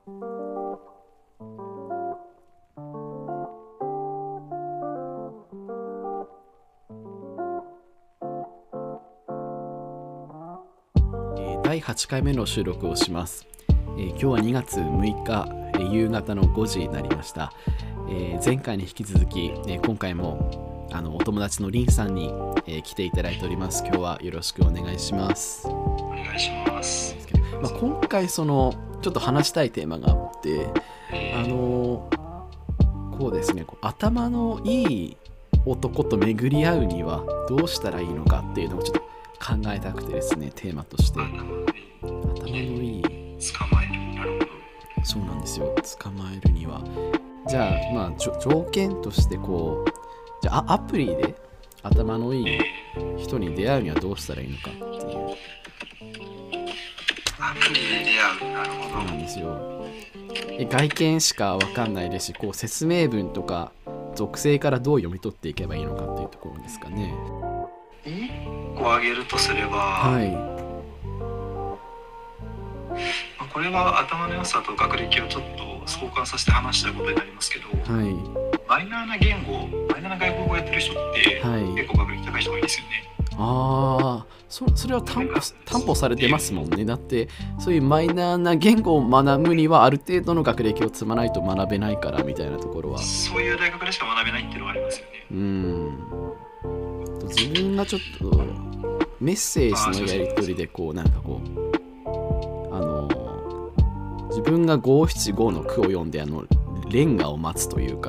第8回目の収録をします。今日は2月6日、夕方の5時になりました。前回に引き続き、今回もお友達のリンさんに、来ていただいております。今日はよろしくお願いします。 お願いします。 今回ちょっと話したいテーマがあって、こうですね、頭のいい男と巡り合うにはどうしたらいいのかっていうのをちょっと考えたくてですね、テーマとして。頭のいい捕まえる。なるほど。 そうなんですよ。捕まえるには。じゃあ、条件としてじゃあアプリで頭のいい人に出会うにはどうしたらいいのかっていう。 アプリで出会う。なるほど。 そうなんですよ。外見しか分かんないですし、説明文とか属性からどう読み取っていけばいいのかっていうところですかね。 1個挙げるとすれば、 はい。 これは頭の良さと学歴をちょっと相関させて話したことになりますけど、 はい、 マイナーな外国語をやってる人って、はい、結構学歴高い人が多いですよね。 それは担保されてますもんね。だってそういうマイナーな言語を学ぶにはある程度の学歴を積まないと学べないからみたいなところは、 そういう大学でしか学べないっていうのがありますよね。 自分がちょっとメッセージのやり取りで自分が五七五の句を読んでレンガを待つというか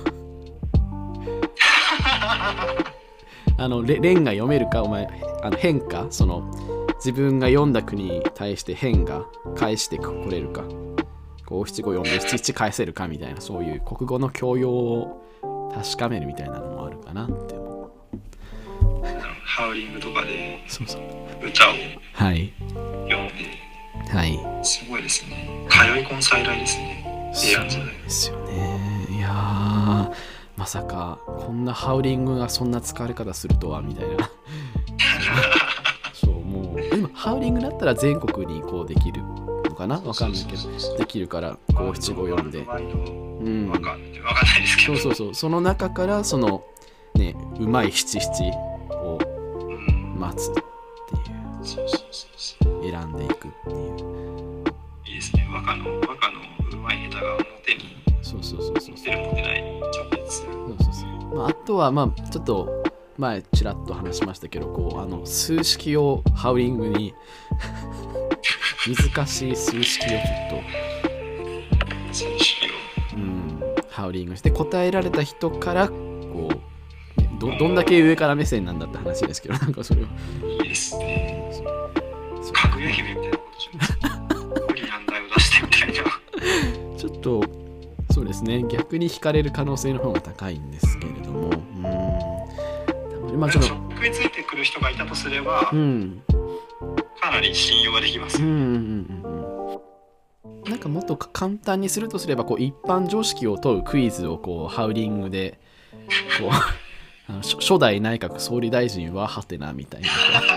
レンガ読めるかお前変か自分が読んだ句に対して変が返してこれるか五七五読んで七七返せるかみたいな、そういう国語の教養を確かめるみたいなのもあるかなって思う。 ハウリングとかで歌を読んで、 はい、 すごいですね。通い込む再来ですね。 そうですよね。いやまさかこんなハウリングがそんな使われ方するとはみたいなそうもう今ハウリングだったら全国にできるのかな、わかんないけどできるから五七五読んで、 わかんないですけど、 そうその中からうまい七七を待つっていう、選んでいくっていう。 いいですね。和歌のうまい下手が表に出る持てない直結。 あとはちょっと前ちらっと話しましたけど、数式をハウリングに難しい数式をちょっとハウリングして答えられた人からどんだけ上から目線なんだって話ですけど、それはいいですね。かぐや姫みたいなことします。無理難題を出してみたいな。 ちょっとそうですね、逆に惹かれる可能性の方が高いんですけれども、 ちょっと食いついてくる人がいたとすれば、かなり信用ができます。 もっと簡単にするとすれば一般常識を問うクイズをハウリングで初代内閣総理大臣はハテナみたいな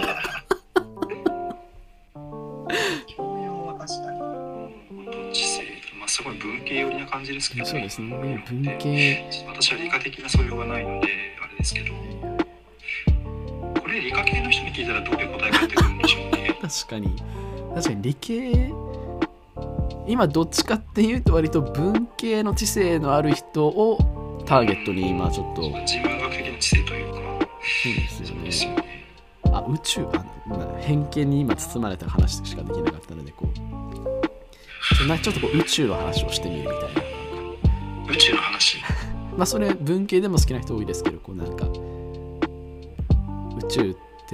教養は確かに知性、すごい文系寄りな感じですけど、 そうですね、文系。 私は理科的な素養がないのであれですけど、これ理科系の人に聞いたらどういう答えが出てくるんでしょうね。 確かに理系、今どっちかっていうと割と文系の知性のある人をターゲットに今ちょっと自分学的な知性というか、 そうですよね。宇宙偏見に今包まれた話しかできなかったのでちょっと宇宙の話をしてみるみたいな。 宇宙の話それ文系でも好きな人多いですけど、宇宙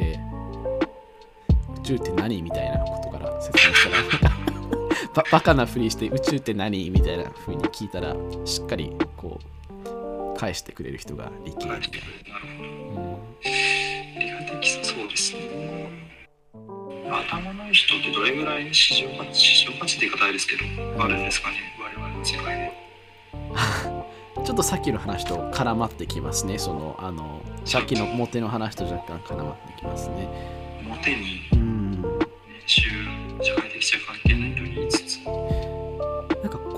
って何みたいなことから説明したらバカなふりして宇宙って何みたいな風に聞いたらしっかり返してくれる人が理系。 なるほど。理科的そうですね。頭のいい人ってどれぐらい市場価値って言い方あれですけど、あるんですかね、我々の世界で。 ちょっとさっきの話と絡まってきますね。さっきのモテの話と若干絡まってきますね。 モテに年収社会的地位関係ないと言いつつ、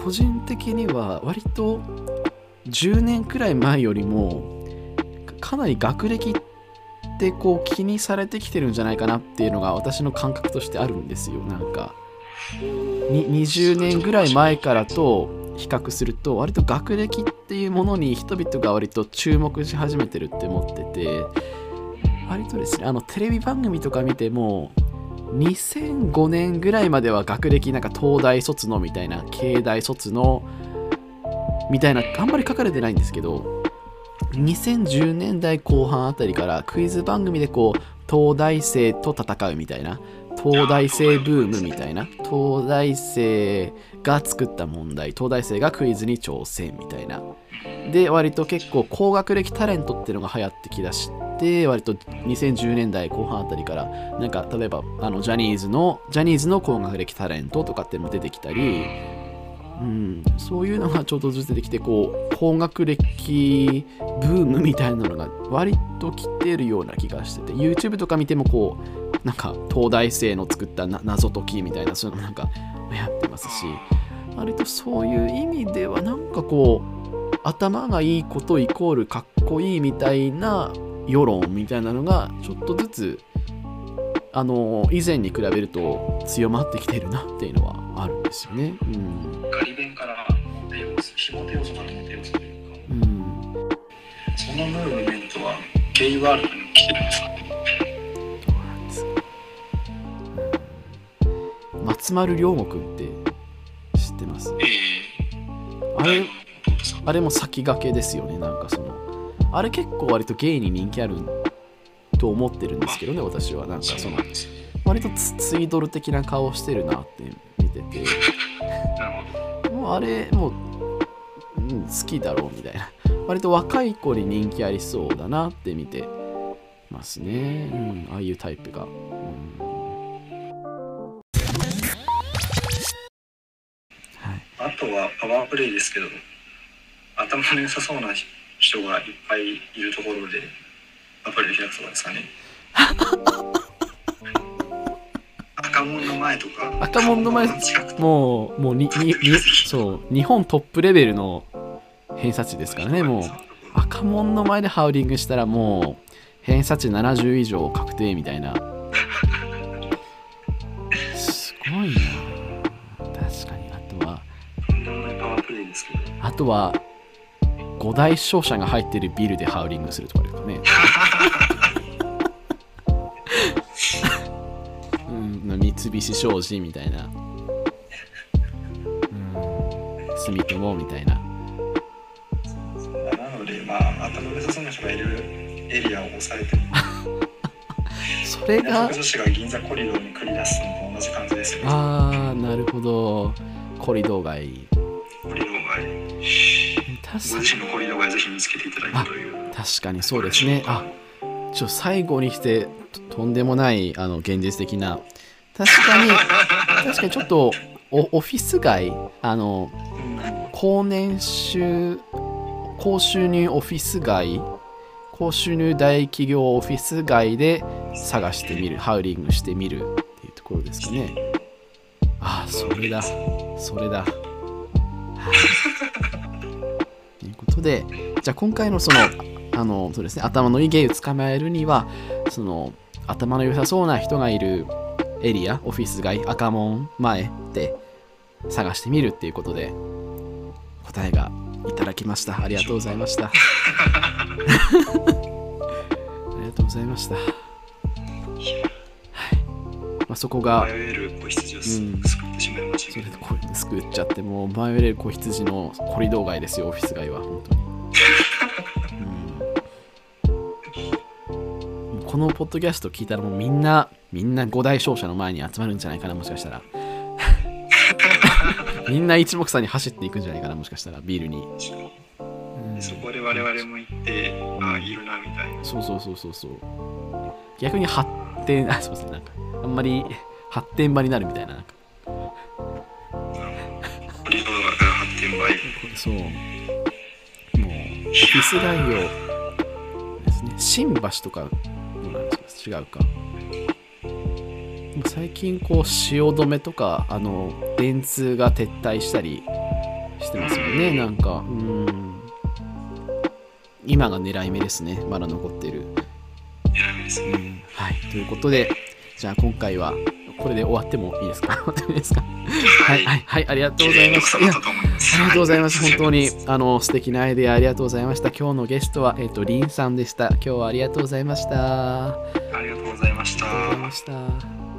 個人的には割と10年くらい前よりもかなり学歴ってこう気にされてきてるんじゃないかなっていうのが私の感覚としてあるんですよ。なんか20年ぐらい前からと比較すると割と学歴っていうものに人々が割と注目し始めてるって思ってて、割とですねテレビ番組とか見ても2005年ぐらいまでは学歴なんか東大卒のみたいな経大卒のみたいなあんまり書かれてないんですけど、2010年代後半あたりからクイズ番組でこう東大生と戦うみたいな、東大生ブームみたいな、東大生が作った問題、東大生がクイズに挑戦みたいなで、割と結構高学歴タレントっていうのが流行ってきだして、割と2010年代後半あたりからなんか例えばジャニーズの高学歴タレントとかっていうのも出てきたり、そういうのがちょっとずつ出てきて、こう高学歴ブームみたいなのが割と来てるような気がしてて、 YouTube とか見てもこうなんか東大生の作った謎解きみたいなそういうのなんかやってますし、割とそういう意味ではなんかこう頭がいいことイコールかっこいいみたいな世論みたいなのがちょっとずつ以前に比べると強まってきてるなっていうのはあるんですよね。 ガリ弁から下手要素から表要素というか、そのムーブメントはゲイワールドに来てるんですかね。 どうなんですか。松丸亮吾くんって知ってます？あれも先駆けですよね。なんかあれ結構割とゲイに人気あると思ってるんですけどね、私は。なんか割とツイドル的な顔してるなって見ててもうあれもう、好きだろうみたいな、割と若い子に人気ありそうだなって見てますね。ああいうタイプが、 あとはパワープレイですけど、頭の良さそうな人がいっぱいいるところでアプリで開くとかですかね。赤門の前とか、 赤門の前もうそう日本トップレベルの偏差値ですからね。もう赤門の前でハウリングしたらもう偏差値70以上確定みたいなすごいな。確かに。あとは5大商社が入ってるビルでハウリングするとかですかね。三菱商事みたいな、住友みたいな。 なので頭の良さそうな人がいるエリアを押さえてそれが女子が銀座コリドーに繰り出すのと同じ感じですよね。 なるほど。コリドー街。 私のコリドー街ぜひ見つけていただいたという。確かにそうですね。最後にしてとんでもない現実的な、確かにちょっとオフィス街、高収入オフィス街、高収入大企業オフィス街で探してみる、ハウリングしてみるっていうところですかね。それだ。ということで、じゃあ今回のそうですね、頭のいいゲイを捕まえるには、頭の良さそうな人がいるエリア、オフィス街、赤門前で探してみるっていうことで答えがいただきました。ありがとうございました。ありがとうございました。そこが迷える子羊を救ってしまいましたけど、 それで救っちゃって、もう迷える子羊のコリドー街ですよ、オフィス街は本当に。このポッドキャスト聞いたらもうみんな5大商社の前に集まるんじゃないかな、もしかしたら。みんな一目散に走っていくんじゃないかな、もしかしたらビルに。 そこで我々も行って、いるなみたいな。 そう。逆に発展、すいません、なんかあんまり発展場になるみたいな。 コリドー街から発展場へ。 そう。もうオフィス街をですね、新橋とかどうなんですか、違うか。最近こう汐留とか電通が撤退したりしてますよね。なんか今が狙い目ですね。まだ残ってる。 狙い目ですね。 はい、ということで、じゃあ今回はこれで終わってもいいですか？終わってもいいですか？はいはいはい、ありがとうございます。ありがとうございます。本当に素敵なアイデアありがとうございました。今日のゲストはリンさんでした。今日はありがとうございました。 ありがとうございました。 ありがとうございました。